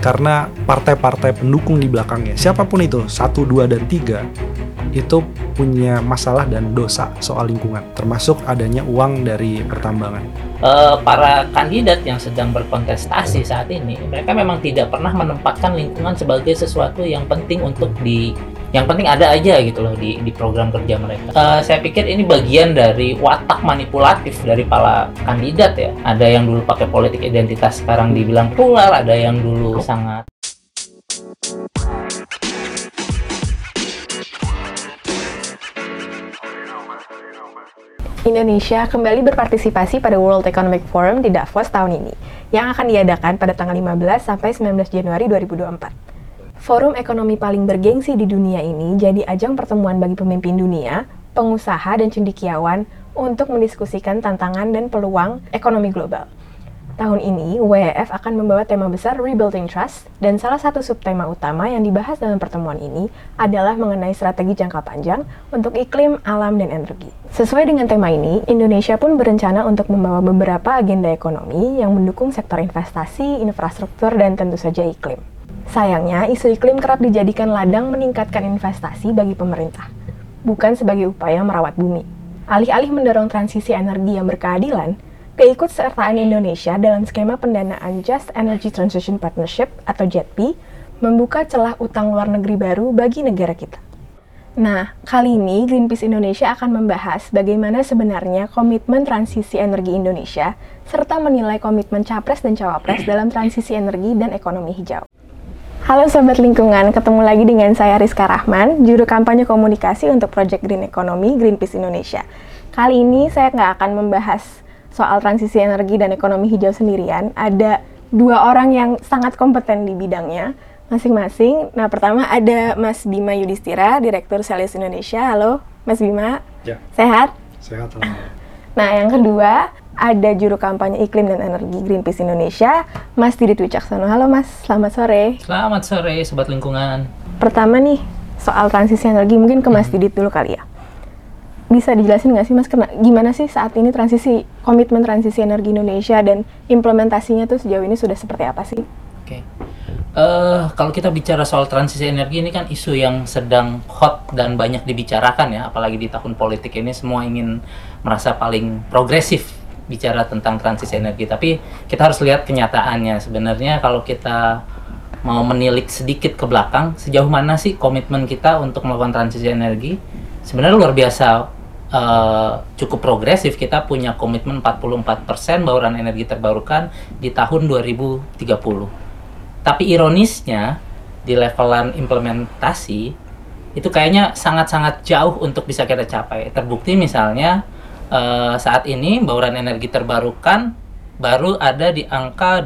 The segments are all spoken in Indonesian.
karena partai-partai pendukung di belakangnya, siapapun itu, 1, 2, dan 3, itu punya masalah dan dosa soal lingkungan, termasuk adanya uang dari pertambangan. Para kandidat yang sedang berkontestasi saat ini, mereka memang tidak pernah menempatkan lingkungan sebagai sesuatu yang penting yang penting ada aja gitu loh di program kerja mereka. Saya pikir ini bagian dari watak manipulatif dari para kandidat ya. Ada yang dulu pakai politik identitas, sekarang dibilang plural, ada yang dulu sangat Indonesia kembali berpartisipasi pada World Economic Forum di Davos tahun ini, yang akan diadakan pada tanggal 15 sampai 19 Januari 2024. Forum ekonomi paling bergengsi di dunia ini jadi ajang pertemuan bagi pemimpin dunia, pengusaha, dan cendekiawan untuk mendiskusikan tantangan dan peluang ekonomi global. Tahun ini, WEF akan membawa tema besar Rebuilding Trust, dan salah satu subtema utama yang dibahas dalam pertemuan ini adalah mengenai strategi jangka panjang untuk iklim, alam, dan energi. Sesuai dengan tema ini, Indonesia pun berencana untuk membawa beberapa agenda ekonomi yang mendukung sektor investasi, infrastruktur, dan tentu saja iklim. Sayangnya, isu iklim kerap dijadikan ladang meningkatkan investasi bagi pemerintah, bukan sebagai upaya merawat bumi. Alih-alih mendorong transisi energi yang berkeadilan, keikutsertaan Indonesia dalam skema pendanaan Just Energy Transition Partnership atau JETP membuka celah utang luar negeri baru bagi negara kita. Nah, kali ini Greenpeace Indonesia akan membahas bagaimana sebenarnya komitmen transisi energi Indonesia serta menilai komitmen Capres dan Cawapres dalam transisi energi dan ekonomi hijau. Halo Sobat Lingkungan, ketemu lagi dengan saya Rizka Rahman, Juru Kampanye Komunikasi untuk Project Green Economy Greenpeace Indonesia. Kali ini saya nggak akan membahas soal transisi energi dan ekonomi hijau sendirian. Ada dua orang yang sangat kompeten di bidangnya masing-masing. Nah, pertama ada Mas Bima Yudhistira, Direktur Sales Indonesia. Halo, Mas Bima. Ya. Sehat? Sehat, alhamdulillah. Nah, yang kedua ada Juru Kampanye Iklim dan Energi Greenpeace Indonesia, Mas Didit Wicaksono. Halo Mas, selamat sore. Selamat sore Sobat Lingkungan. Pertama nih, soal transisi energi, mungkin ke Mas Didit dulu kali ya. Bisa dijelasin nggak sih Mas, gimana sih saat ini komitmen transisi energi Indonesia dan implementasinya tuh sejauh ini sudah seperti apa sih? Oke. Kalau kita bicara soal transisi energi, ini kan isu yang sedang hot dan banyak dibicarakan ya, apalagi di tahun politik ini semua ingin merasa paling progresif bicara tentang transisi energi. Tapi kita harus lihat kenyataannya. Sebenarnya kalau kita mau menilik sedikit ke belakang, sejauh mana sih komitmen kita untuk melakukan transisi energi? Sebenarnya luar biasa cukup progresif. Kita punya komitmen 44% bauran energi terbarukan di tahun 2030. Tapi ironisnya di levelan implementasi itu kayaknya sangat-sangat jauh untuk bisa kita capai. Terbukti misalnya saat ini bauran energi terbarukan baru ada di angka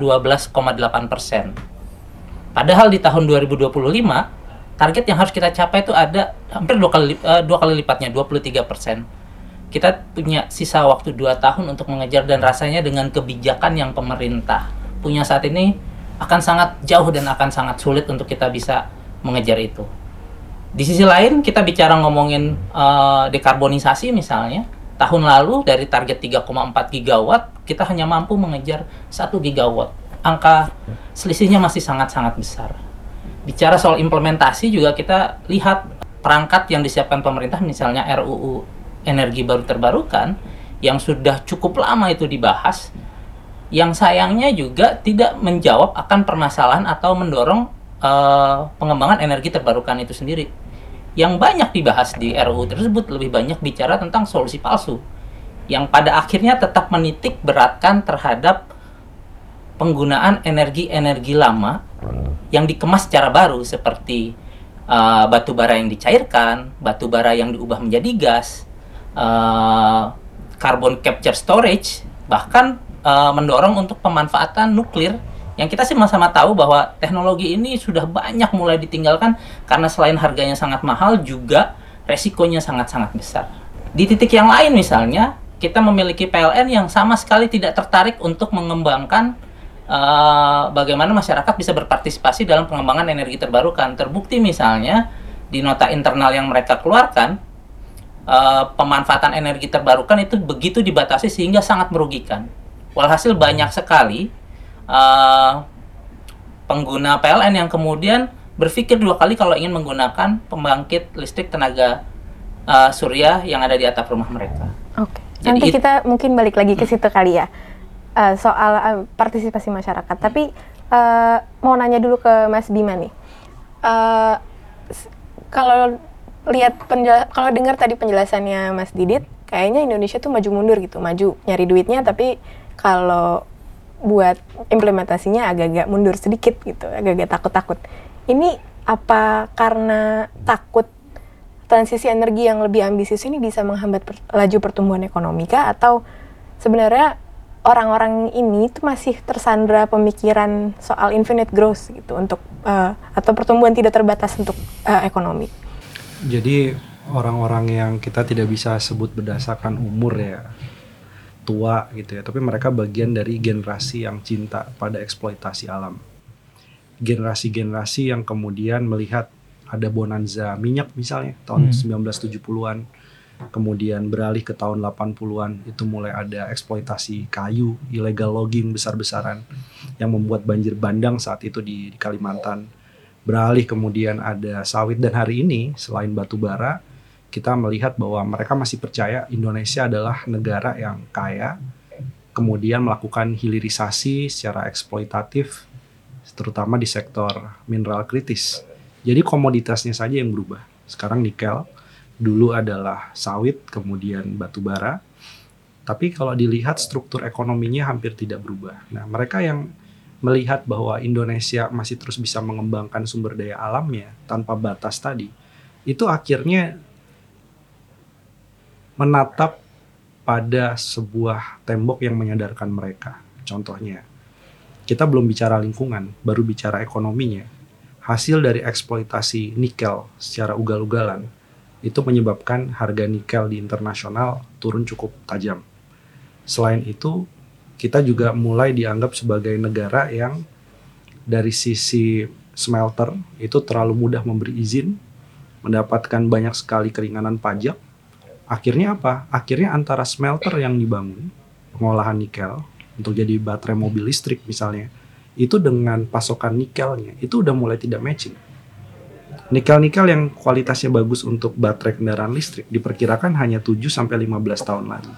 12,8%. Padahal di tahun 2025 target yang harus kita capai itu ada hampir dua kali lipatnya, 23%. Kita punya sisa waktu 2 tahun untuk mengejar, dan rasanya dengan kebijakan yang pemerintah punya saat ini akan sangat jauh dan akan sangat sulit untuk kita bisa mengejar itu. Di sisi lain, kita bicara ngomongin dekarbonisasi misalnya, tahun lalu dari target 3,4 gigawatt, kita hanya mampu mengejar 1 gigawatt. Angka selisihnya masih sangat-sangat besar. Bicara soal implementasi juga kita lihat perangkat yang disiapkan pemerintah, misalnya RUU Energi Baru Terbarukan, yang sudah cukup lama itu dibahas, yang sayangnya juga tidak menjawab akan permasalahan atau mendorong pengembangan energi terbarukan itu sendiri. Yang banyak dibahas di RUU tersebut lebih banyak bicara tentang solusi palsu, yang pada akhirnya tetap menitik beratkan terhadap penggunaan energi-energi lama yang dikemas secara baru, seperti batu bara yang dicairkan, batu bara yang diubah menjadi gas, carbon capture storage, bahkan mendorong untuk pemanfaatan nuklir, yang kita sih sama-sama tahu bahwa teknologi ini sudah banyak mulai ditinggalkan karena selain harganya sangat mahal, juga resikonya sangat-sangat besar. Di titik yang lain misalnya, kita memiliki PLN yang sama sekali tidak tertarik untuk mengembangkan bagaimana masyarakat bisa berpartisipasi dalam pengembangan energi terbarukan. Terbukti misalnya di nota internal yang mereka keluarkan, pemanfaatan energi terbarukan itu begitu dibatasi sehingga sangat merugikan. Walhasil banyak sekali pengguna PLN yang kemudian berpikir 2 kali kalau ingin menggunakan pembangkit listrik tenaga surya yang ada di atap rumah mereka. Oke. Nanti kita mungkin balik lagi ke situ kali ya, soal partisipasi masyarakat. Tapi mau nanya dulu ke Mas Bima nih. Kalau kalau dengar tadi penjelasannya Mas Didit, kayaknya Indonesia tuh maju mundur gitu, maju nyari duitnya, tapi kalau buat implementasinya agak-agak mundur sedikit gitu, agak-agak takut-takut. Ini apa karena takut transisi energi yang lebih ambisius ini bisa menghambat laju pertumbuhan ekonomi kah? Atau sebenarnya orang-orang ini tuh masih tersandra pemikiran soal infinite growth gitu untuk atau pertumbuhan tidak terbatas untuk ekonomi? Jadi orang-orang yang kita tidak bisa sebut berdasarkan umur ya, tua gitu ya, tapi mereka bagian dari generasi yang cinta pada eksploitasi alam. Generasi-generasi yang kemudian melihat ada bonanza minyak misalnya tahun 1970-an, kemudian beralih ke tahun 80-an, itu mulai ada eksploitasi kayu, illegal logging besar-besaran yang membuat banjir bandang saat itu di Kalimantan. Beralih kemudian ada sawit, dan hari ini selain batu bara, kita melihat bahwa mereka masih percaya Indonesia adalah negara yang kaya, kemudian melakukan hilirisasi secara eksploitatif, terutama di sektor mineral kritis. Jadi komoditasnya saja yang berubah. Sekarang nikel, dulu adalah sawit, kemudian batu bara. Tapi kalau dilihat struktur ekonominya hampir tidak berubah. Nah, mereka yang melihat bahwa Indonesia masih terus bisa mengembangkan sumber daya alamnya tanpa batas tadi, itu akhirnya menatap pada sebuah tembok yang menyadarkan mereka. Contohnya, kita belum bicara lingkungan, baru bicara ekonominya. Hasil dari eksploitasi nikel secara ugal-ugalan itu menyebabkan harga nikel di internasional turun cukup tajam. Selain itu, kita juga mulai dianggap sebagai negara yang dari sisi smelter itu terlalu mudah memberi izin, mendapatkan banyak sekali keringanan pajak. Akhirnya apa? Akhirnya antara smelter yang dibangun, pengolahan nikel untuk jadi baterai mobil listrik misalnya, itu dengan pasokan nikelnya itu udah mulai tidak matching. Nikel-nikel yang kualitasnya bagus untuk baterai kendaraan listrik diperkirakan hanya 7-15 tahun lagi.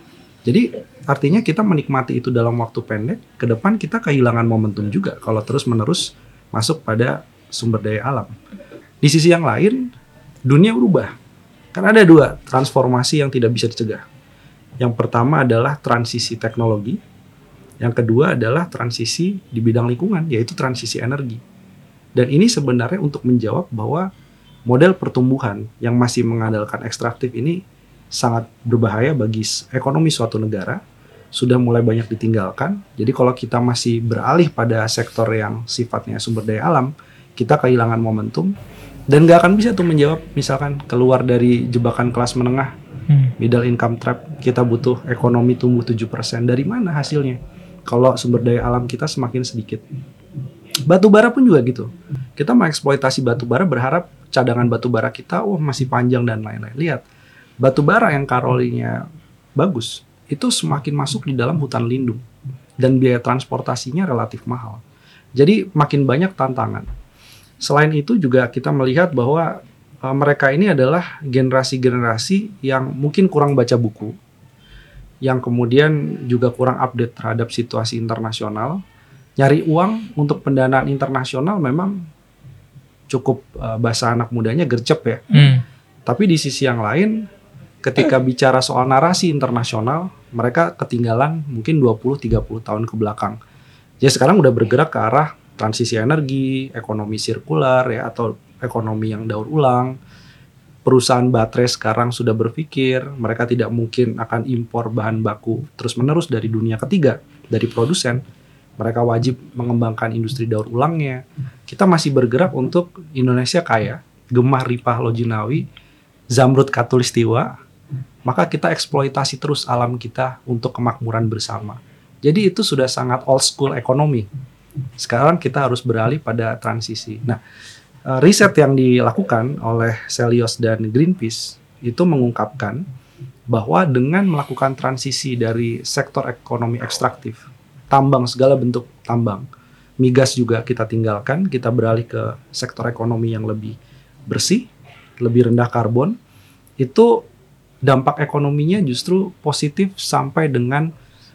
Jadi artinya kita menikmati itu dalam waktu pendek, ke depan kita kehilangan momentum juga kalau terus-menerus masuk pada sumber daya alam. Di sisi yang lain, dunia berubah. Kan ada 2 transformasi yang tidak bisa dicegah. Yang pertama adalah transisi teknologi. Yang kedua adalah transisi di bidang lingkungan, yaitu transisi energi. Dan ini sebenarnya untuk menjawab bahwa model pertumbuhan yang masih mengandalkan ekstraktif ini sangat berbahaya bagi ekonomi suatu negara, sudah mulai banyak ditinggalkan. Jadi kalau kita masih beralih pada sektor yang sifatnya sumber daya alam, kita kehilangan momentum dan nggak akan bisa tuh menjawab misalkan keluar dari jebakan kelas menengah, middle income trap, kita butuh ekonomi tumbuh 7%. Dari mana hasilnya? Kalau sumber daya alam kita semakin sedikit. Batu bara pun juga gitu. Kita mengeksploitasi batu bara berharap cadangan batu bara kita masih panjang dan lain-lain. Lihat, batu bara yang kalorinya bagus itu semakin masuk di dalam hutan lindung dan biaya transportasinya relatif mahal. Jadi makin banyak tantangan. Selain itu juga kita melihat bahwa mereka ini adalah generasi-generasi yang mungkin kurang baca buku, yang kemudian juga kurang update terhadap situasi internasional. Nyari uang untuk pendanaan internasional memang cukup bahasa anak mudanya gercep ya. Tapi di sisi yang lain, ketika bicara soal narasi internasional, mereka ketinggalan mungkin 20-30 tahun ke belakang. Jadi sekarang udah bergerak ke arah transisi energi, ekonomi sirkular ya, atau ekonomi yang daur ulang. Perusahaan baterai sekarang sudah berpikir mereka tidak mungkin akan impor bahan baku terus-menerus dari dunia ketiga, dari produsen. Mereka wajib mengembangkan industri daur ulangnya. Kita masih bergerak untuk Indonesia kaya, Gemah Ripah Lojinawi, Zamrud Katulistiwa. Maka kita eksploitasi terus alam kita untuk kemakmuran bersama. Jadi itu sudah sangat old school ekonomi. Sekarang kita harus beralih pada transisi. Nah, riset yang dilakukan oleh Celios dan Greenpeace itu mengungkapkan bahwa dengan melakukan transisi dari sektor ekonomi ekstraktif, tambang, segala bentuk tambang, migas juga kita tinggalkan, kita beralih ke sektor ekonomi yang lebih bersih, lebih rendah karbon, itu dampak ekonominya justru positif sampai dengan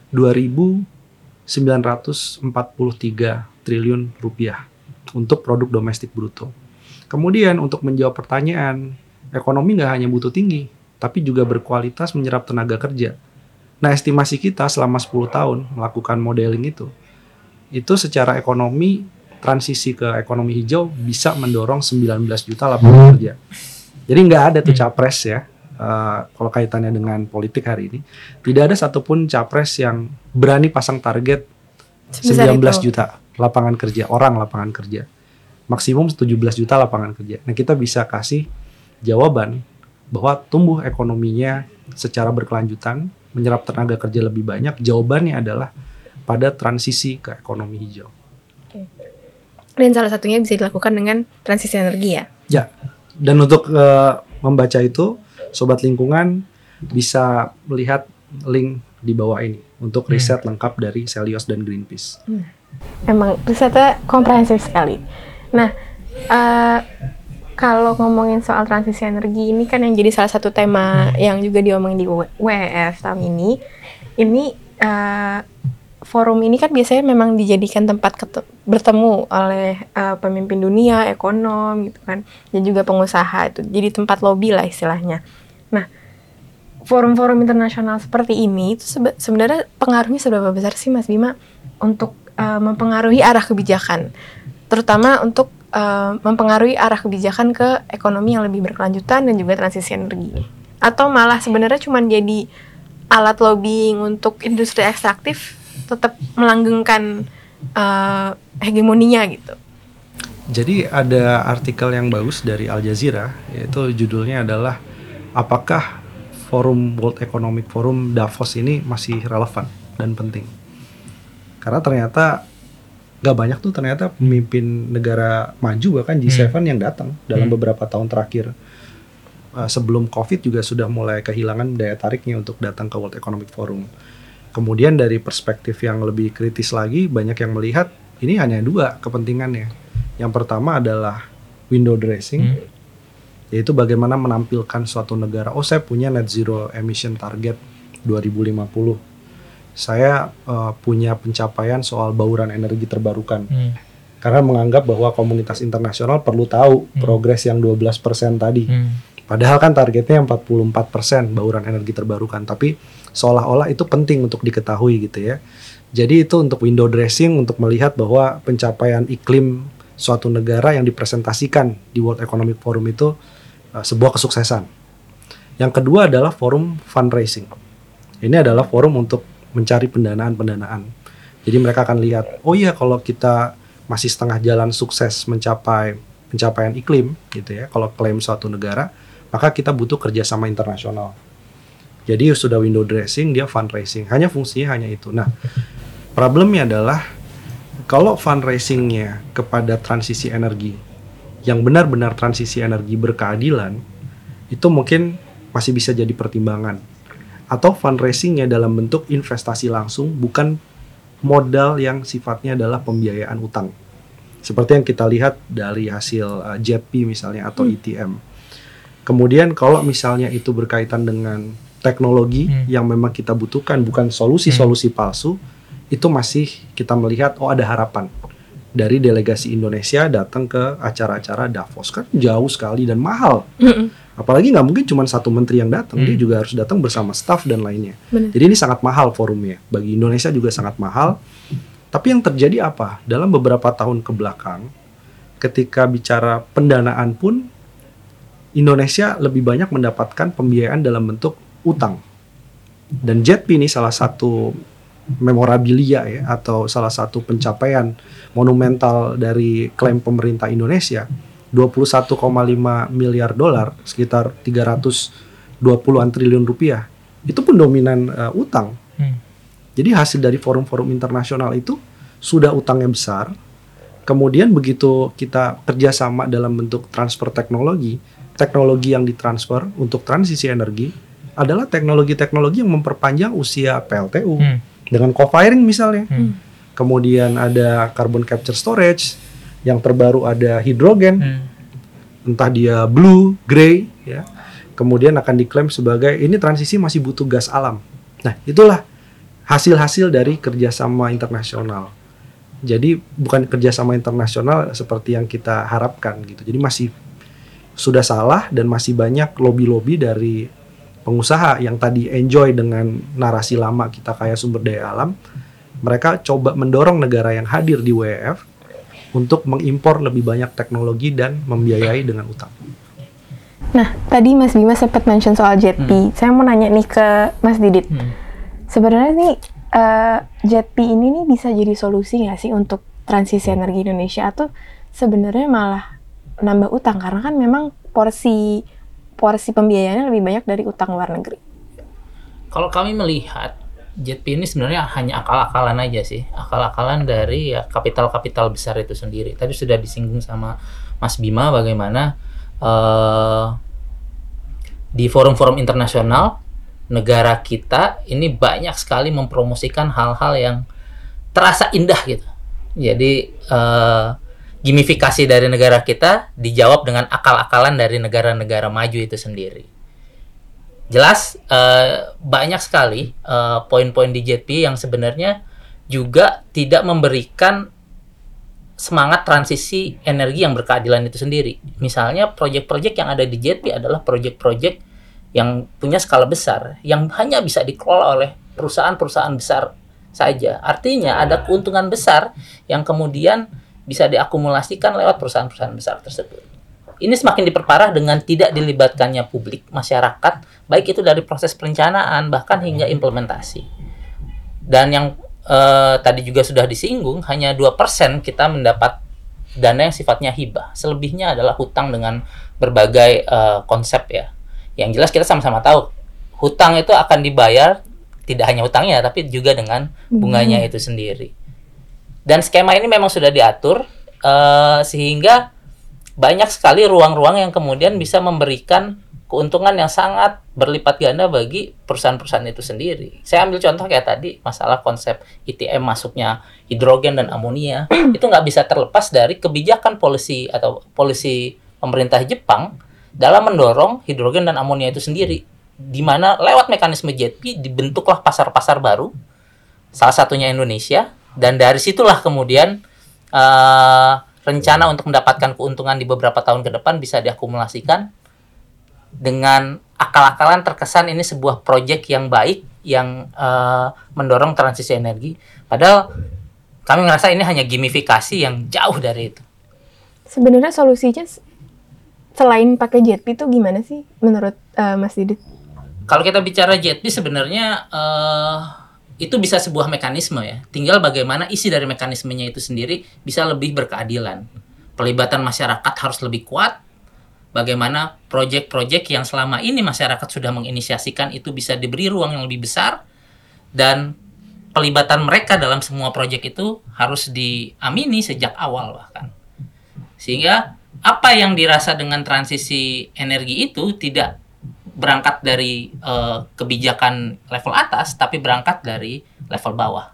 2.943 triliun rupiah untuk produk domestik bruto. Kemudian untuk menjawab pertanyaan, ekonomi nggak hanya butuh tinggi, tapi juga berkualitas menyerap tenaga kerja. Nah, estimasi kita selama 10 tahun melakukan modeling itu secara ekonomi, transisi ke ekonomi hijau bisa mendorong 19 juta lapangan kerja. Jadi nggak ada tuh capres ya, kalau kaitannya dengan politik hari ini, tidak ada satupun capres yang berani pasang target 19 juta lapangan kerja, lapangan kerja. Maksimum 17 juta lapangan kerja. Nah, kita bisa kasih jawaban bahwa tumbuh ekonominya secara berkelanjutan, menyerap tenaga kerja lebih banyak, jawabannya adalah pada transisi ke ekonomi hijau. Oke. Dan salah satunya bisa dilakukan dengan transisi energi ya? Ya, dan untuk membaca itu, Sobat Lingkungan bisa melihat link di bawah ini untuk riset lengkap dari Celios dan Greenpeace. Emang risetnya komprehensif sekali. Nah, kalau ngomongin soal transisi energi ini kan yang jadi salah satu tema yang juga diomongin di WEF tahun ini. Forum ini kan biasanya memang dijadikan tempat bertemu oleh pemimpin dunia, ekonom gitu kan, dan juga pengusaha, itu jadi tempat lobby lah istilahnya. Nah, forum-forum internasional seperti ini itu sebenarnya pengaruhnya seberapa besar sih Mas Bima untuk mempengaruhi arah kebijakan, terutama untuk mempengaruhi arah kebijakan ke ekonomi yang lebih berkelanjutan dan juga transisi energi, atau malah sebenarnya cuma jadi alat lobbying untuk industri ekstraktif tetap melanggengkan hegemoninya gitu. Jadi ada artikel yang bagus dari Al Jazeera, yaitu judulnya adalah apakah forum World Economic Forum Davos ini masih relevan dan penting. Karena ternyata gak banyak tuh ternyata pemimpin negara maju bahkan G7 yang datang dalam beberapa tahun terakhir. Sebelum COVID juga sudah mulai kehilangan daya tariknya untuk datang ke World Economic Forum. Kemudian dari perspektif yang lebih kritis lagi, banyak yang melihat ini hanya dua kepentingannya. Yang pertama adalah window dressing, yaitu bagaimana menampilkan suatu negara, oh saya punya net zero emission target 2050. Saya punya pencapaian soal bauran energi terbarukan. Karena menganggap bahwa komunitas internasional perlu tahu progres yang 12% tadi. Padahal kan targetnya 44% bauran energi terbarukan, tapi seolah-olah itu penting untuk diketahui gitu ya. Jadi itu untuk window dressing, untuk melihat bahwa pencapaian iklim suatu negara yang dipresentasikan di World Economic Forum itu sebuah kesuksesan. Yang kedua adalah forum fundraising. Ini adalah forum untuk mencari pendanaan. Jadi mereka akan lihat, oh iya kalau kita masih setengah jalan sukses mencapai pencapaian iklim gitu ya, kalau klaim suatu negara, maka kita butuh kerjasama internasional. Jadi sudah window dressing, dia fundraising. Hanya fungsinya hanya itu. Nah, problemnya adalah kalau fundraisingnya kepada transisi energi, yang benar-benar transisi energi berkeadilan, itu mungkin masih bisa jadi pertimbangan. Atau fundraisingnya dalam bentuk investasi langsung, bukan modal yang sifatnya adalah pembiayaan utang. Seperti yang kita lihat dari hasil JETP misalnya atau ETM. Kemudian kalau misalnya itu berkaitan dengan teknologi yang memang kita butuhkan, bukan solusi-solusi palsu, itu masih kita melihat, oh ada harapan. Dari delegasi Indonesia datang ke acara-acara Davos, kan jauh sekali dan mahal. Apalagi nggak mungkin cuma satu menteri yang datang, dia juga harus datang bersama staf dan lainnya. Jadi ini sangat mahal forumnya, bagi Indonesia juga sangat mahal. Tapi yang terjadi apa? Dalam beberapa tahun ke belakang, ketika bicara pendanaan pun, Indonesia lebih banyak mendapatkan pembiayaan dalam bentuk utang. Dan JETP ini salah satu memorabilia ya, atau salah satu pencapaian monumental dari klaim pemerintah Indonesia, 21,5 miliar dolar, sekitar 320-an triliun rupiah. Itu pun dominan utang. Jadi hasil dari forum-forum internasional itu sudah utangnya besar. Kemudian begitu kita kerjasama dalam bentuk transfer teknologi yang ditransfer untuk transisi energi adalah teknologi-teknologi yang memperpanjang usia PLTU. Dengan co-firing misalnya. kemudian ada carbon capture storage, yang terbaru ada hidrogen, entah dia blue, grey, ya. Kemudian akan diklaim sebagai ini transisi masih butuh gas alam. Nah, itulah hasil-hasil dari kerjasama internasional. Jadi bukan kerjasama internasional seperti yang kita harapkan gitu. Jadi masih sudah salah dan masih banyak lobby-lobby dari pengusaha yang tadi enjoy dengan narasi lama kita kaya sumber daya alam. Mereka coba mendorong negara yang hadir di WEF untuk mengimpor lebih banyak teknologi dan membiayai dengan utang. Nah, tadi Mas Bima sempat mention soal JETP. Saya mau nanya nih ke Mas Didit. Sebenarnya nih JETP ini nih bisa jadi solusi nggak sih untuk transisi energi Indonesia, atau sebenarnya malah nambah utang karena kan memang porsi pembiayaannya lebih banyak dari utang luar negeri? Kalau kami melihat JETP ini sebenarnya hanya akal-akalan aja sih, akal-akalan dari ya kapital-kapital besar itu sendiri. Tadi sudah disinggung sama Mas Bima bagaimana di forum-forum internasional negara kita ini banyak sekali mempromosikan hal-hal yang terasa indah gitu. Jadi gimifikasi dari negara kita dijawab dengan akal-akalan dari negara-negara maju itu sendiri. Jelas banyak sekali poin-poin di JETP yang sebenarnya juga tidak memberikan semangat transisi energi yang berkeadilan itu sendiri. Misalnya proyek-proyek yang ada di JETP adalah proyek-proyek yang punya skala besar, yang hanya bisa dikelola oleh perusahaan-perusahaan besar saja. Artinya ada keuntungan besar yang kemudian bisa diakumulasikan lewat perusahaan-perusahaan besar tersebut. Ini semakin diperparah dengan tidak dilibatkannya publik, masyarakat, baik itu dari proses perencanaan bahkan hingga implementasi. Dan yang tadi juga sudah disinggung, hanya 2% kita mendapat dana yang sifatnya hibah. Selebihnya adalah hutang dengan berbagai konsep ya. Yang jelas kita sama-sama tahu, hutang itu akan dibayar tidak hanya hutangnya, tapi juga dengan bunganya itu sendiri. Dan skema ini memang sudah diatur sehingga banyak sekali ruang-ruang yang kemudian bisa memberikan keuntungan yang sangat berlipat ganda bagi perusahaan-perusahaan itu sendiri. Saya ambil contoh kayak tadi, masalah konsep ITM masuknya hidrogen dan amonia, itu nggak bisa terlepas dari kebijakan polisi atau polisi pemerintah Jepang dalam mendorong hidrogen dan amonia itu sendiri, di mana lewat mekanisme JETP dibentuklah pasar-pasar baru, salah satunya Indonesia, dan dari situlah kemudian rencana untuk mendapatkan keuntungan di beberapa tahun ke depan bisa diakumulasikan dengan akal-akalan terkesan ini sebuah proyek yang baik yang mendorong transisi energi. Padahal kami merasa ini hanya gamifikasi yang jauh dari itu. Sebenarnya solusinya selain pakai JETP itu gimana sih menurut Mas Didit? Kalau kita bicara JETP sebenarnya itu bisa sebuah mekanisme ya. Tinggal bagaimana isi dari mekanismenya itu sendiri bisa lebih berkeadilan. Pelibatan masyarakat harus lebih kuat. Bagaimana proyek-proyek yang selama ini masyarakat sudah menginisiasikan itu bisa diberi ruang yang lebih besar, dan pelibatan mereka dalam semua proyek itu harus diamini sejak awal bahkan. Sehingga apa yang dirasa dengan transisi energi itu tidak berangkat dari kebijakan level atas, tapi berangkat dari level bawah.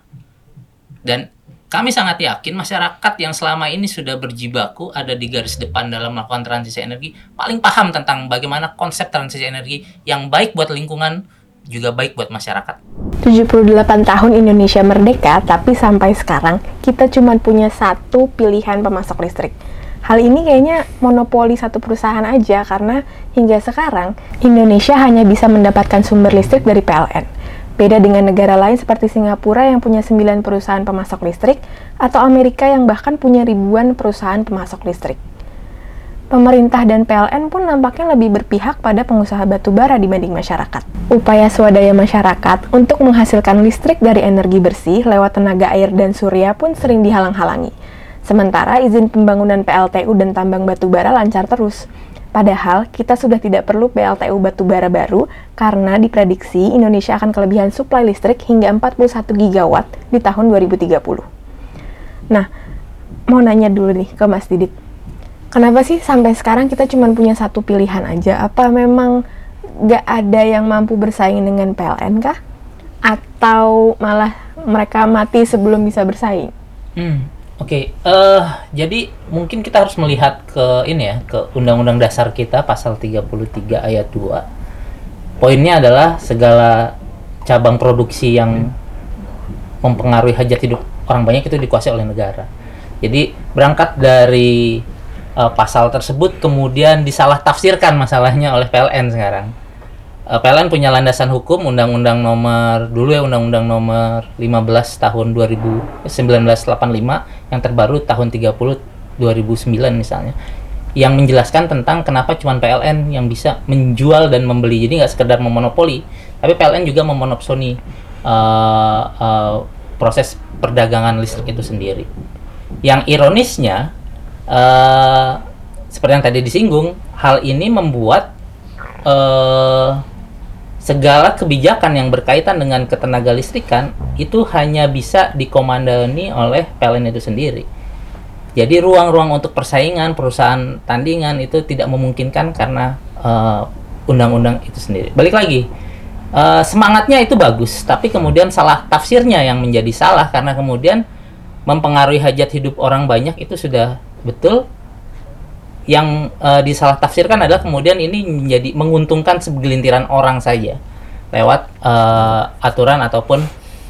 Dan kami sangat yakin masyarakat yang selama ini sudah berjibaku ada di garis depan dalam melakukan transisi energi paling paham tentang bagaimana konsep transisi energi yang baik buat lingkungan juga baik buat masyarakat. 78 tahun Indonesia merdeka, tapi sampai sekarang kita cuma punya satu pilihan pemasok listrik. Hal ini kayaknya monopoli satu perusahaan aja, karena hingga sekarang Indonesia hanya bisa mendapatkan sumber listrik dari PLN. Beda dengan negara lain seperti Singapura yang punya 9 perusahaan pemasok listrik, atau Amerika yang bahkan punya ribuan perusahaan pemasok listrik. Pemerintah dan PLN pun nampaknya lebih berpihak pada pengusaha batubara dibanding masyarakat. Upaya swadaya masyarakat untuk menghasilkan listrik dari energi bersih lewat tenaga air dan surya pun sering dihalang-halangi. Sementara izin pembangunan PLTU dan tambang batubara lancar terus. Padahal kita sudah tidak perlu PLTU batubara baru karena diprediksi Indonesia akan kelebihan suplai listrik hingga 41 gigawatt di tahun 2030. Nah, mau nanya dulu nih ke Mas Didit. Kenapa sih sampai sekarang kita cuma punya satu pilihan aja? Apa memang nggak ada yang mampu bersaing dengan PLN kah? Atau malah mereka mati sebelum bisa bersaing? Oke. Jadi mungkin kita harus melihat ke ini ya, ke Undang-Undang Dasar kita pasal 33 ayat 2. Poinnya adalah segala cabang produksi yang mempengaruhi hajat hidup orang banyak itu dikuasai oleh negara. Jadi berangkat dari pasal tersebut kemudian disalah tafsirkan masalahnya oleh PLN sekarang. PLN punya landasan hukum Undang-Undang Undang-Undang Nomor 15 tahun 1985 yang terbaru tahun 30 2009 misalnya, yang menjelaskan tentang kenapa cuma PLN yang bisa menjual dan membeli. Jadi nggak sekedar memonopoli, tapi PLN juga memonopsoni proses perdagangan listrik itu sendiri. Yang ironisnya, seperti yang tadi disinggung, hal ini membuat segala kebijakan yang berkaitan dengan ketenaga listrikan itu hanya bisa dikomandani oleh PLN itu sendiri. Jadi ruang-ruang untuk persaingan perusahaan tandingan itu tidak memungkinkan karena undang-undang itu sendiri. Balik lagi, semangatnya itu bagus, tapi kemudian salah tafsirnya yang menjadi salah karena kemudian mempengaruhi hajat hidup orang banyak itu sudah betul. Yang disalah tafsirkan adalah kemudian ini menjadi menguntungkan segelintiran orang saja lewat aturan ataupun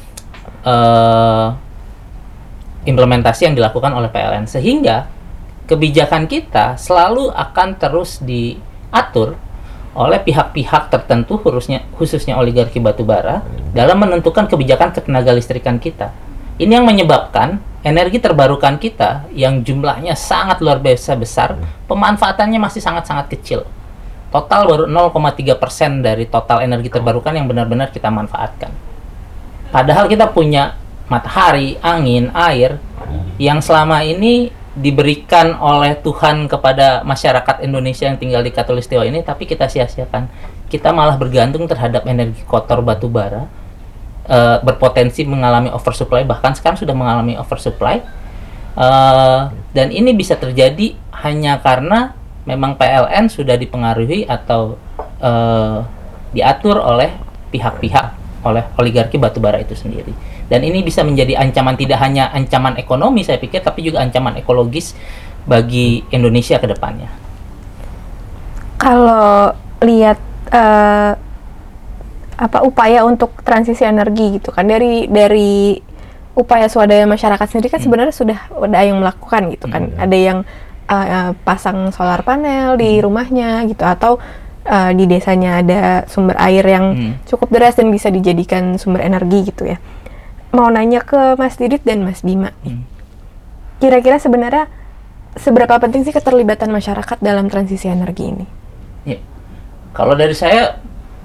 implementasi yang dilakukan oleh PLN, sehingga kebijakan kita selalu akan terus diatur oleh pihak-pihak tertentu, khususnya oligarki batubara dalam menentukan kebijakan ketenaga listrikan kita. Ini yang menyebabkan energi terbarukan kita yang jumlahnya sangat luar biasa besar, pemanfaatannya masih sangat-sangat kecil. Total baru 0,3% dari total energi terbarukan yang benar-benar kita manfaatkan. Padahal kita punya matahari, angin, air yang selama ini diberikan oleh Tuhan kepada masyarakat Indonesia yang tinggal di Katulistiwa ini, tapi kita sia-siakan. Kita malah bergantung terhadap energi kotor batubara, berpotensi mengalami oversupply, bahkan sekarang sudah mengalami oversupply, dan ini bisa terjadi hanya karena memang PLN sudah dipengaruhi atau diatur oleh pihak-pihak, oleh oligarki batubara itu sendiri. Dan ini bisa menjadi ancaman, tidak hanya ancaman ekonomi saya pikir, tapi juga ancaman ekologis bagi Indonesia ke depannya. Kalau lihat upaya untuk transisi energi gitu kan, dari upaya swadaya masyarakat sendiri kan sebenarnya sudah ada yang melakukan gitu kan, ada yang pasang solar panel di rumahnya gitu, atau di desanya ada sumber air yang cukup deras dan bisa dijadikan sumber energi gitu ya. Mau nanya ke Mas Didit dan Mas Bima, kira-kira sebenarnya seberapa penting sih keterlibatan masyarakat dalam transisi energi ini? Ya, kalau dari saya,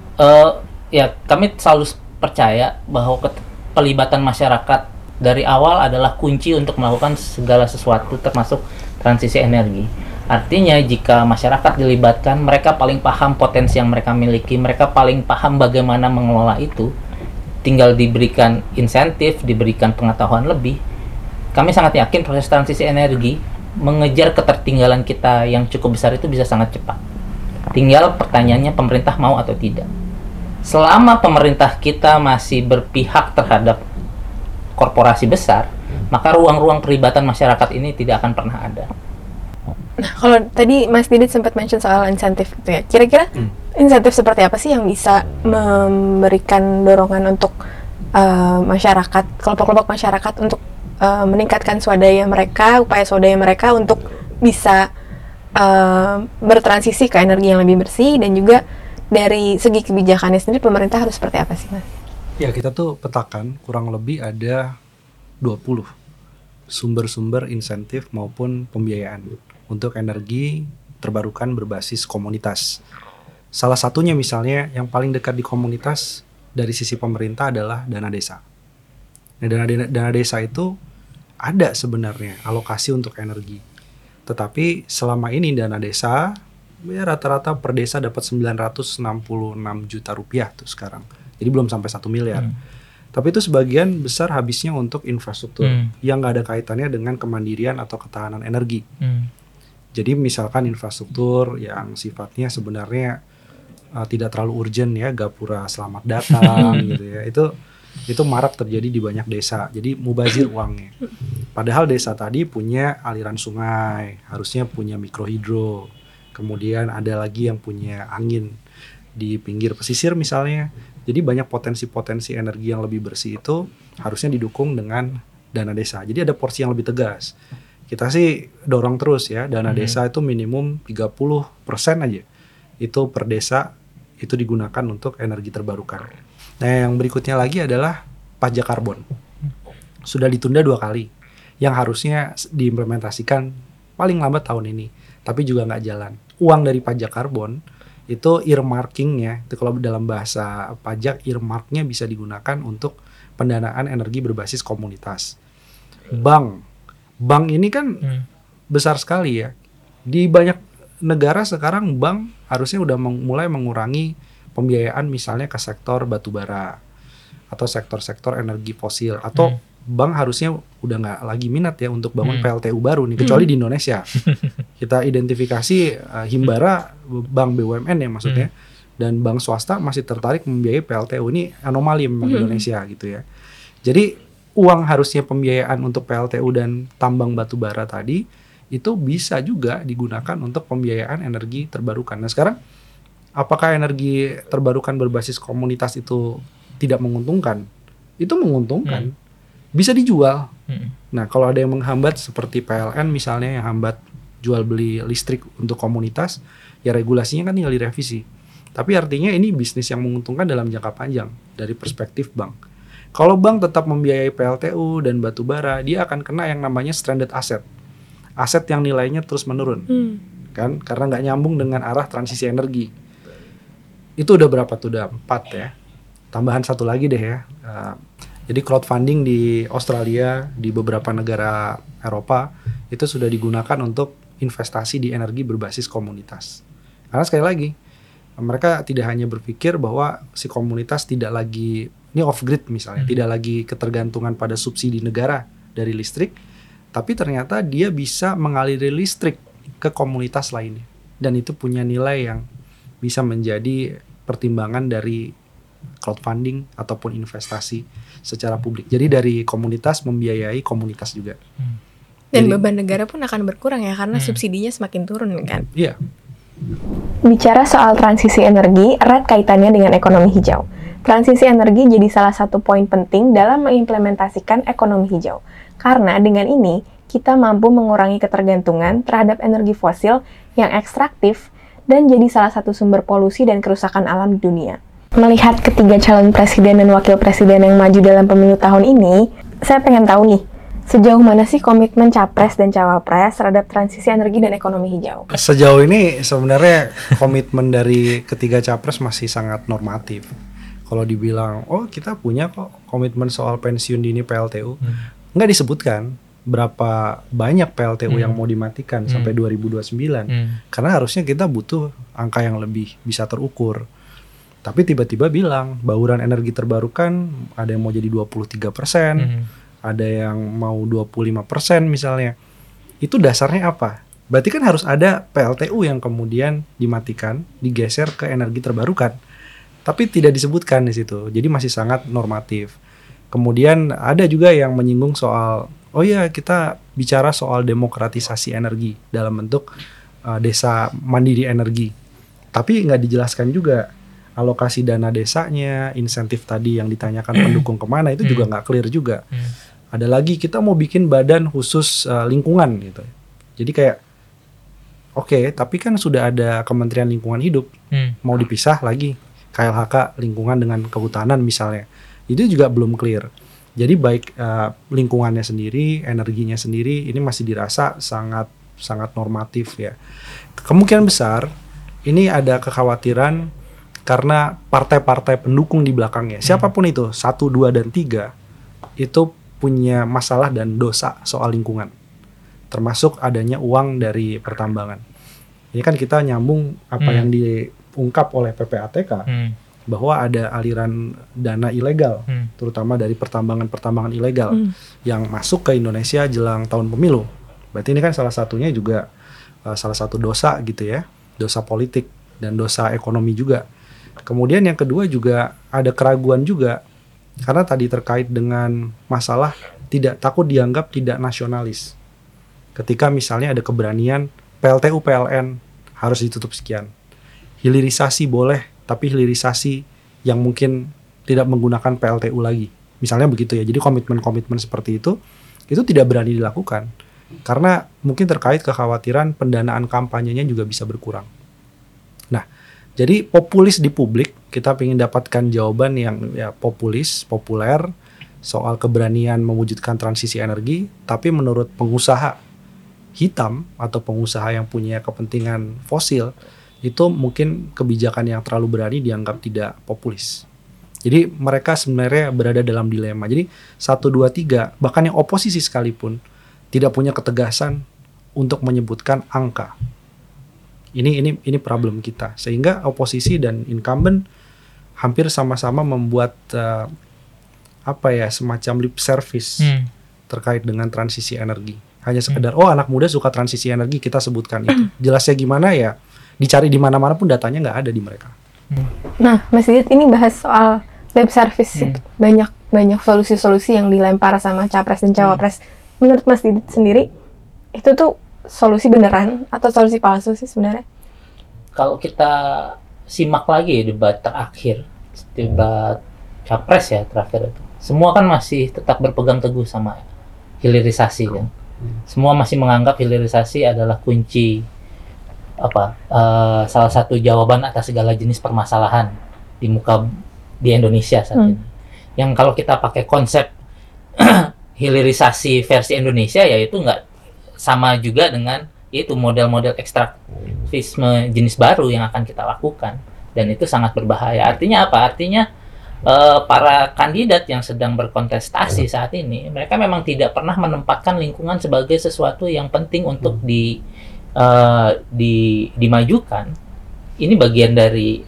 ya kami selalu percaya bahwa pelibatan masyarakat dari awal adalah kunci untuk melakukan segala sesuatu termasuk transisi energi. Artinya jika masyarakat dilibatkan, mereka paling paham potensi yang mereka miliki, mereka paling paham bagaimana mengelola itu, tinggal diberikan insentif, diberikan pengetahuan lebih. Kami sangat yakin proses transisi energi mengejar ketertinggalan kita yang cukup besar itu bisa sangat cepat. Tinggal pertanyaannya pemerintah mau atau tidak. Selama pemerintah kita masih berpihak terhadap korporasi besar, maka ruang-ruang perlibatan masyarakat ini tidak akan pernah ada. Nah, kalau tadi Mas Didit sempat mention soal insentif gitu ya, kira-kira insentif seperti apa sih yang bisa memberikan dorongan untuk masyarakat, kelompok-kelompok masyarakat untuk meningkatkan swadaya mereka, upaya swadaya mereka untuk bisa bertransisi ke energi yang lebih bersih, dan juga dari segi kebijakannya sendiri pemerintah harus seperti apa sih, Mas? Ya, kita tuh petakan kurang lebih ada 20 sumber-sumber insentif maupun pembiayaan untuk energi terbarukan berbasis komunitas. Salah satunya misalnya yang paling dekat di komunitas dari sisi pemerintah adalah dana desa. Nah, dana desa itu ada sebenarnya alokasi untuk energi. Tetapi selama ini dana desa ya rata-rata per desa dapat 966 juta rupiah tuh sekarang. Jadi belum sampai 1 miliar. Tapi itu sebagian besar habisnya untuk infrastruktur yang nggak ada kaitannya dengan kemandirian atau ketahanan energi. Jadi misalkan infrastruktur yang sifatnya sebenarnya tidak terlalu urgent ya, gapura selamat datang gitu ya. Itu Itu marak terjadi di banyak desa. Jadi mubazir uangnya. Padahal desa tadi punya aliran sungai, harusnya punya mikrohidro. Kemudian ada lagi yang punya angin di pinggir pesisir misalnya. Jadi banyak potensi-potensi energi yang lebih bersih itu harusnya didukung dengan dana desa. Jadi ada porsi yang lebih tegas. Kita sih dorong terus ya, dana desa itu minimum 30% aja. Itu per desa itu digunakan untuk energi terbarukan. Nah, yang berikutnya lagi adalah pajak karbon. Sudah ditunda 2 kali. Yang harusnya diimplementasikan paling lambat tahun ini. Tapi juga nggak jalan. Uang dari pajak karbon itu earmarkingnya, itu kalau dalam bahasa pajak, earmarknya bisa digunakan untuk pendanaan energi berbasis komunitas. Bank ini kan besar sekali ya. Di banyak negara sekarang bank harusnya udah mulai mengurangi pembiayaan misalnya ke sektor batubara atau sektor-sektor energi fosil, atau bank harusnya udah nggak lagi minat ya untuk bangun PLTU baru nih, kecuali di Indonesia. Kita identifikasi Himbara, bank BUMN ya maksudnya, dan bank swasta masih tertarik membiayai PLTU. Ini anomali memang Indonesia gitu ya. Jadi uang harusnya pembiayaan untuk PLTU dan tambang batubara tadi itu bisa juga digunakan untuk pembiayaan energi terbarukan. Nah sekarang apakah energi terbarukan berbasis komunitas itu tidak menguntungkan? Itu menguntungkan, bisa dijual. Nah kalau ada yang menghambat seperti PLN misalnya yang hambat jual beli listrik untuk komunitas, ya regulasinya kan tinggal direvisi. Tapi artinya ini bisnis yang menguntungkan dalam jangka panjang dari perspektif bank. Kalau bank tetap membiayai PLTU dan batubara, dia akan kena yang namanya stranded asset. Aset yang nilainya terus menurun, kan? Karena nggak nyambung dengan arah transisi energi. Itu udah berapa tuh? Udah 4 ya. Tambahan 1 lagi deh ya. Jadi crowdfunding di Australia, di beberapa negara Eropa, itu sudah digunakan untuk investasi di energi berbasis komunitas. Karena sekali lagi, mereka tidak hanya berpikir bahwa si komunitas tidak lagi, ini off-grid misalnya, tidak lagi ketergantungan pada subsidi negara dari listrik, tapi ternyata dia bisa mengaliri listrik ke komunitas lainnya. Dan itu punya nilai yang bisa menjadi pertimbangan dari crowdfunding ataupun investasi secara publik. Jadi dari komunitas membiayai komunitas juga. Dan beban negara pun akan berkurang ya, karena subsidinya semakin turun kan. Iya. Bicara soal transisi energi, erat kaitannya dengan ekonomi hijau. Transisi energi jadi salah satu poin penting dalam mengimplementasikan ekonomi hijau. Karena dengan ini, kita mampu mengurangi ketergantungan terhadap energi fosil yang ekstraktif dan jadi salah satu sumber polusi dan kerusakan alam di dunia. Melihat ketiga calon presiden dan wakil presiden yang maju dalam pemilu tahun ini, saya pengen tahu nih, sejauh mana sih komitmen Capres dan Cawapres terhadap transisi energi dan ekonomi hijau? Sejauh ini sebenarnya komitmen dari ketiga Capres masih sangat normatif. Kalau dibilang, oh kita punya kok komitmen soal pensiun dini PLTU, nggak disebutkan berapa banyak PLTU yang mau dimatikan sampai 2029. Karena harusnya kita butuh angka yang lebih bisa terukur. Tapi tiba-tiba bilang bauran energi terbarukan ada yang mau jadi 23%, ada yang mau 25% misalnya. Itu dasarnya apa? Berarti kan harus ada PLTU yang kemudian dimatikan, digeser ke energi terbarukan. Tapi tidak disebutkan di situ. Jadi masih sangat normatif. Kemudian ada juga yang menyinggung soal, oh ya kita bicara soal demokratisasi energi dalam bentuk desa mandiri energi. Tapi nggak dijelaskan juga alokasi dana desanya, insentif tadi yang ditanyakan pendukung kemana, itu juga nggak clear juga. Ada lagi kita mau bikin badan khusus lingkungan gitu. Jadi kayak, oke, tapi kan sudah ada Kementerian Lingkungan Hidup, mau dipisah lagi KLHK lingkungan dengan kehutanan misalnya. Itu juga belum clear. Jadi baik lingkungannya sendiri, energinya sendiri, ini masih dirasa sangat normatif ya. Kemungkinan besar ini ada kekhawatiran karena partai-partai pendukung di belakangnya, siapapun itu, 1, 2, dan 3, itu punya masalah dan dosa soal lingkungan. Termasuk adanya uang dari pertambangan. Ini kan kita nyambung apa yang diungkap oleh PPATK, bahwa ada aliran dana ilegal, terutama dari pertambangan ilegal yang masuk ke Indonesia jelang tahun pemilu. Berarti ini kan salah satunya juga salah satu dosa gitu ya, dosa politik dan dosa ekonomi juga. Kemudian yang kedua juga ada keraguan juga Karena tadi terkait dengan masalah takut dianggap tidak nasionalis. Ketika misalnya ada keberanian PLTU PLN harus ditutup sekian. Hilirisasi boleh, tapi hilirisasi yang mungkin tidak menggunakan PLTU lagi. Misalnya begitu ya. Jadi komitmen-komitmen seperti itu tidak berani dilakukan. Karena mungkin terkait kekhawatiran pendanaan kampanyenya juga bisa berkurang. Nah, jadi populis di publik, kita ingin dapatkan jawaban yang ya populer, soal keberanian mewujudkan transisi energi, tapi menurut pengusaha hitam atau pengusaha yang punya kepentingan fosil, itu mungkin kebijakan yang terlalu berani dianggap tidak populis. Jadi mereka sebenarnya berada dalam dilema. Jadi 1, 2, 3, bahkan yang oposisi sekalipun tidak punya ketegasan untuk menyebutkan angka. Ini problem kita. Sehingga oposisi dan incumbent hampir sama-sama membuat semacam lip service terkait dengan transisi energi. Hanya sekedar anak muda suka transisi energi, kita sebutkan itu. Jelasnya gimana ya? Dicari di mana-mana pun datanya nggak ada di mereka. Nah, Mas Didit ini bahas soal lip service. Banyak solusi-solusi yang dilempar sama capres dan cawapres. Menurut Mas Didit sendiri, itu tuh solusi beneran atau solusi palsu sih sebenarnya? Kalau kita simak lagi debat terakhir, debat capres ya terakhir itu, semua kan masih tetap berpegang teguh sama hilirisasi kan. Semua masih menganggap hilirisasi adalah kunci salah satu jawaban atas segala jenis permasalahan di Indonesia saat ini. Yang kalau kita pakai konsep hilirisasi versi Indonesia, yaitu nggak sama juga dengan itu model-model ekstraktivisme jenis baru yang akan kita lakukan, dan itu sangat berbahaya. Artinya apa? Artinya para kandidat yang sedang berkontestasi saat ini, mereka memang tidak pernah menempatkan lingkungan sebagai sesuatu yang penting untuk dimajukan. Ini bagian dari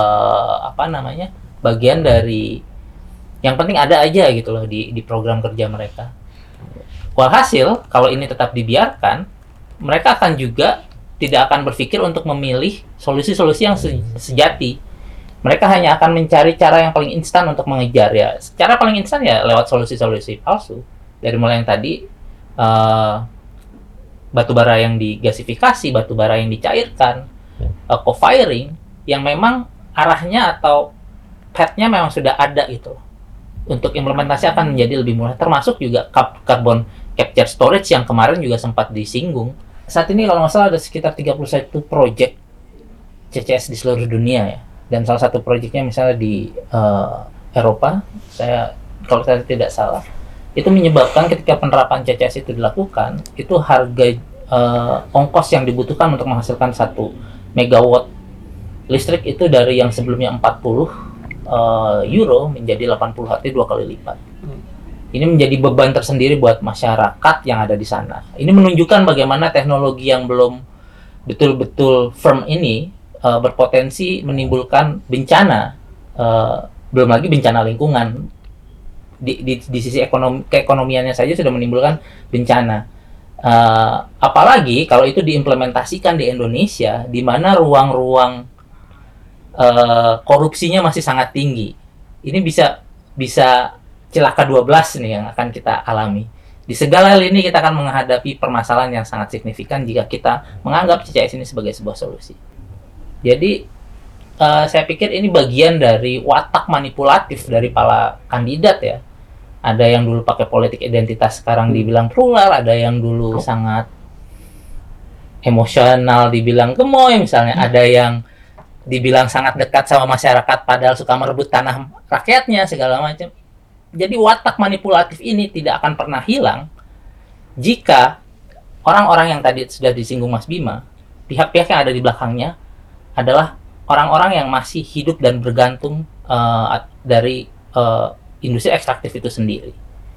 bagian dari yang penting ada aja gitu loh di program kerja mereka. Walhasil kalau ini tetap dibiarkan, mereka akan juga tidak akan berpikir untuk memilih solusi-solusi yang sejati. Mereka hanya akan mencari cara yang paling instan untuk mengejar ya. Cara paling instan ya lewat solusi-solusi palsu. Dari mulai yang tadi batubara yang digasifikasi, batubara yang dicairkan, co-firing yang memang arahnya atau path-nya memang sudah ada gitu. Untuk implementasi akan menjadi lebih mudah, termasuk juga carbon capture storage yang kemarin juga sempat disinggung. Saat ini kalau nggak salah ada sekitar 31 proyek CCS di seluruh dunia ya. Dan salah satu proyeknya misalnya di Eropa, kalau saya tidak salah, itu menyebabkan ketika penerapan CCS itu dilakukan, itu harga ongkos yang dibutuhkan untuk menghasilkan 1 megawatt listrik itu dari yang sebelumnya 40 euro menjadi 80, artinya 2 kali lipat. Ini menjadi beban tersendiri buat masyarakat yang ada di sana. Ini menunjukkan bagaimana teknologi yang belum betul-betul firm ini berpotensi menimbulkan bencana, belum lagi bencana lingkungan. Di sisi keekonomiannya saja sudah menimbulkan bencana. Apalagi kalau itu diimplementasikan di Indonesia, di mana ruang-ruang korupsinya masih sangat tinggi. Ini bisa celaka 12 nih yang akan kita alami. Di segala hal ini kita akan menghadapi permasalahan yang sangat signifikan jika kita menganggap CCS ini sebagai sebuah solusi. Jadi saya pikir ini bagian dari watak manipulatif dari para kandidat ya. Ada yang dulu pakai politik identitas sekarang dibilang plural, ada yang dulu sangat emosional dibilang gemoy misalnya, ada yang dibilang sangat dekat sama masyarakat padahal suka merebut tanah rakyatnya segala macam. Jadi watak manipulatif ini tidak akan pernah hilang jika orang-orang yang tadi sudah disinggung Mas Bima, pihak-pihak yang ada di belakangnya adalah orang-orang yang masih hidup dan bergantung dari industri ekstraktif itu sendiri.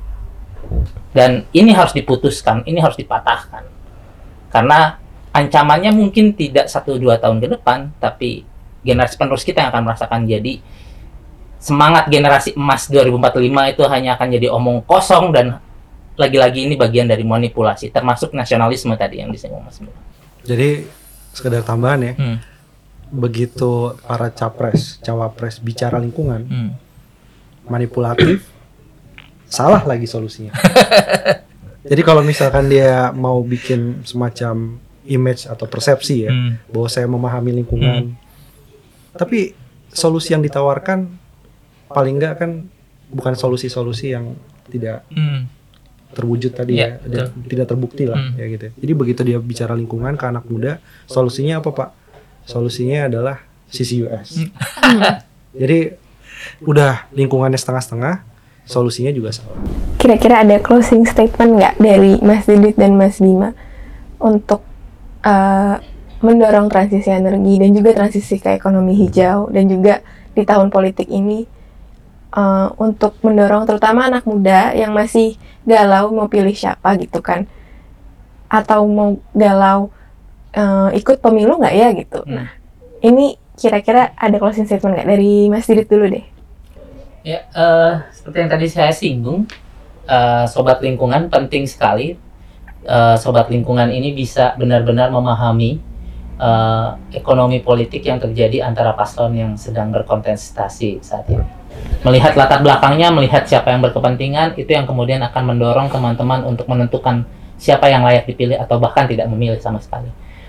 Dan ini harus diputuskan, ini harus dipatahkan. Karena ancamannya mungkin tidak 1-2 tahun ke depan, tapi generasi penerus kita yang akan merasakan. Jadi semangat generasi emas 2045 itu hanya akan jadi omong kosong, dan lagi-lagi ini bagian dari manipulasi, termasuk nasionalisme tadi yang disinggung Mas Bima. Jadi sekedar tambahan ya, begitu para capres, cawapres bicara lingkungan, manipulatif, salah lagi solusinya. Jadi kalau misalkan dia mau bikin semacam image atau persepsi ya, bahwa saya memahami lingkungan, tapi solusi yang ditawarkan paling enggak kan bukan solusi-solusi yang tidak terwujud tadi ya, tidak terbukti lah ya gitu. Jadi begitu dia bicara lingkungan ke anak muda, solusinya apa Pak? Solusinya adalah CCUS. Jadi udah lingkungannya setengah-setengah, solusinya juga salah. Kira-kira ada closing statement nggak dari Mas Didit dan Mas Bima untuk mendorong transisi energi dan juga transisi ke ekonomi hijau, dan juga di tahun politik ini untuk mendorong terutama anak muda yang masih galau mau pilih siapa gitu kan, atau mau galau ikut pemilu nggak ya gitu. Nah, ini kira-kira ada closing statement nggak dari Mas Didit dulu deh? Ya, seperti yang tadi saya singgung, sobat lingkungan penting sekali. Sobat lingkungan ini bisa benar-benar memahami ekonomi politik yang terjadi antara paslon yang sedang berkontestasi saat ini. Melihat latar belakangnya, melihat siapa yang berkepentingan, itu yang kemudian akan mendorong teman-teman untuk menentukan siapa yang layak dipilih atau bahkan tidak memilih sama sekali.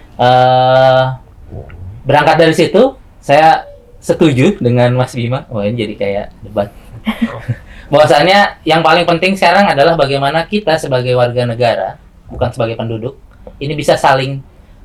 Berangkat dari situ, saya setuju dengan Mas Bima. Wah, ini jadi kayak debat. Bahwasanya yang paling penting sekarang adalah bagaimana kita sebagai warga negara, bukan sebagai penduduk, ini bisa saling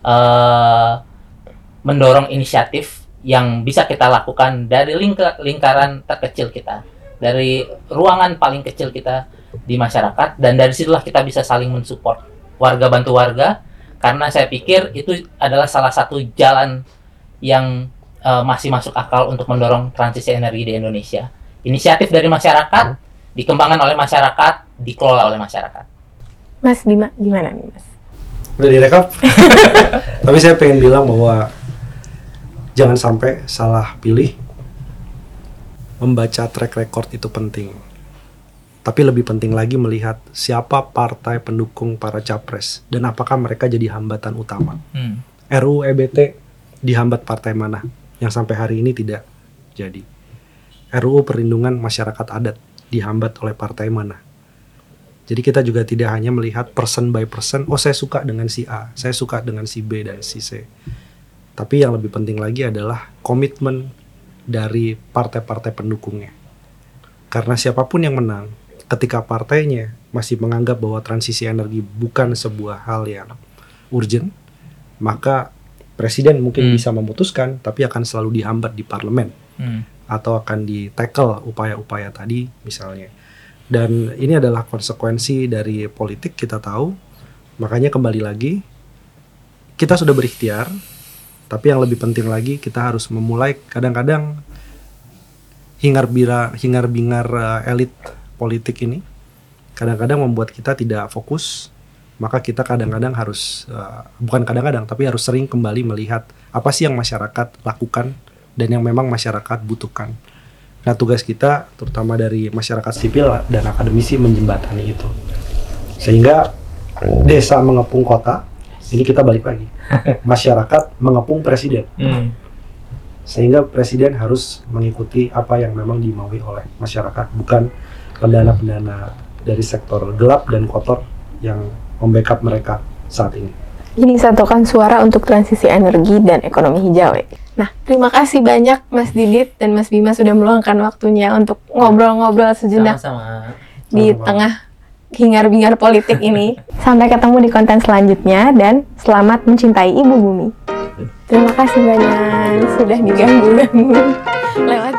mendorong inisiatif yang bisa kita lakukan dari lingkaran terkecil kita, dari ruangan paling kecil kita di masyarakat, dan dari situlah kita bisa saling mensupport warga bantu warga, karena saya pikir itu adalah salah satu jalan yang masih masuk akal untuk mendorong transisi energi di Indonesia. Inisiatif dari masyarakat, dikembangkan oleh masyarakat, dikelola oleh masyarakat. Mas Bima, gimana nih Mas? Udah direkap? Tapi saya pengen bilang bahwa jangan sampai salah pilih. Membaca track record itu penting. Tapi lebih penting lagi melihat siapa partai pendukung para capres dan apakah mereka jadi hambatan utama. RUU EBT dihambat partai mana yang sampai hari ini tidak jadi. RUU Perlindungan Masyarakat Adat dihambat oleh partai mana. Jadi kita juga tidak hanya melihat person by person, oh saya suka dengan si A, saya suka dengan si B dan si C. Tapi yang lebih penting lagi adalah komitmen dari partai-partai pendukungnya. Karena siapapun yang menang, ketika partainya masih menganggap bahwa transisi energi bukan sebuah hal yang urgent, maka presiden mungkin bisa memutuskan, tapi akan selalu dihambat di parlemen. Atau akan di-tackle upaya-upaya tadi misalnya. Dan ini adalah konsekuensi dari politik, kita tahu. Makanya kembali lagi, kita sudah berikhtiar, tapi yang lebih penting lagi kita harus memulai. Kadang-kadang hingar-bingar elit politik ini kadang-kadang membuat kita tidak fokus. Maka kita kadang-kadang harus, bukan kadang-kadang, tapi harus sering kembali melihat apa sih yang masyarakat lakukan dan yang memang masyarakat butuhkan. Nah, tugas kita terutama dari masyarakat sipil dan akademisi menjembatani itu. Sehingga desa mengepung kota, ini kita balik lagi. Masyarakat mengepung presiden. Sehingga presiden harus mengikuti apa yang memang dimaui oleh masyarakat, bukan pendana-pendana dari sektor gelap dan kotor yang membackup mereka saat ini. Jadi satukan suara untuk transisi energi dan ekonomi hijau ya. Nah, terima kasih banyak Mas Didit dan Mas Bima sudah meluangkan waktunya untuk ngobrol-ngobrol sejenak di tengah hingar-bingar politik ini. Sampai ketemu di konten selanjutnya dan selamat mencintai Ibu Bumi. Terima kasih banyak sudah diganggu-ganggu lewat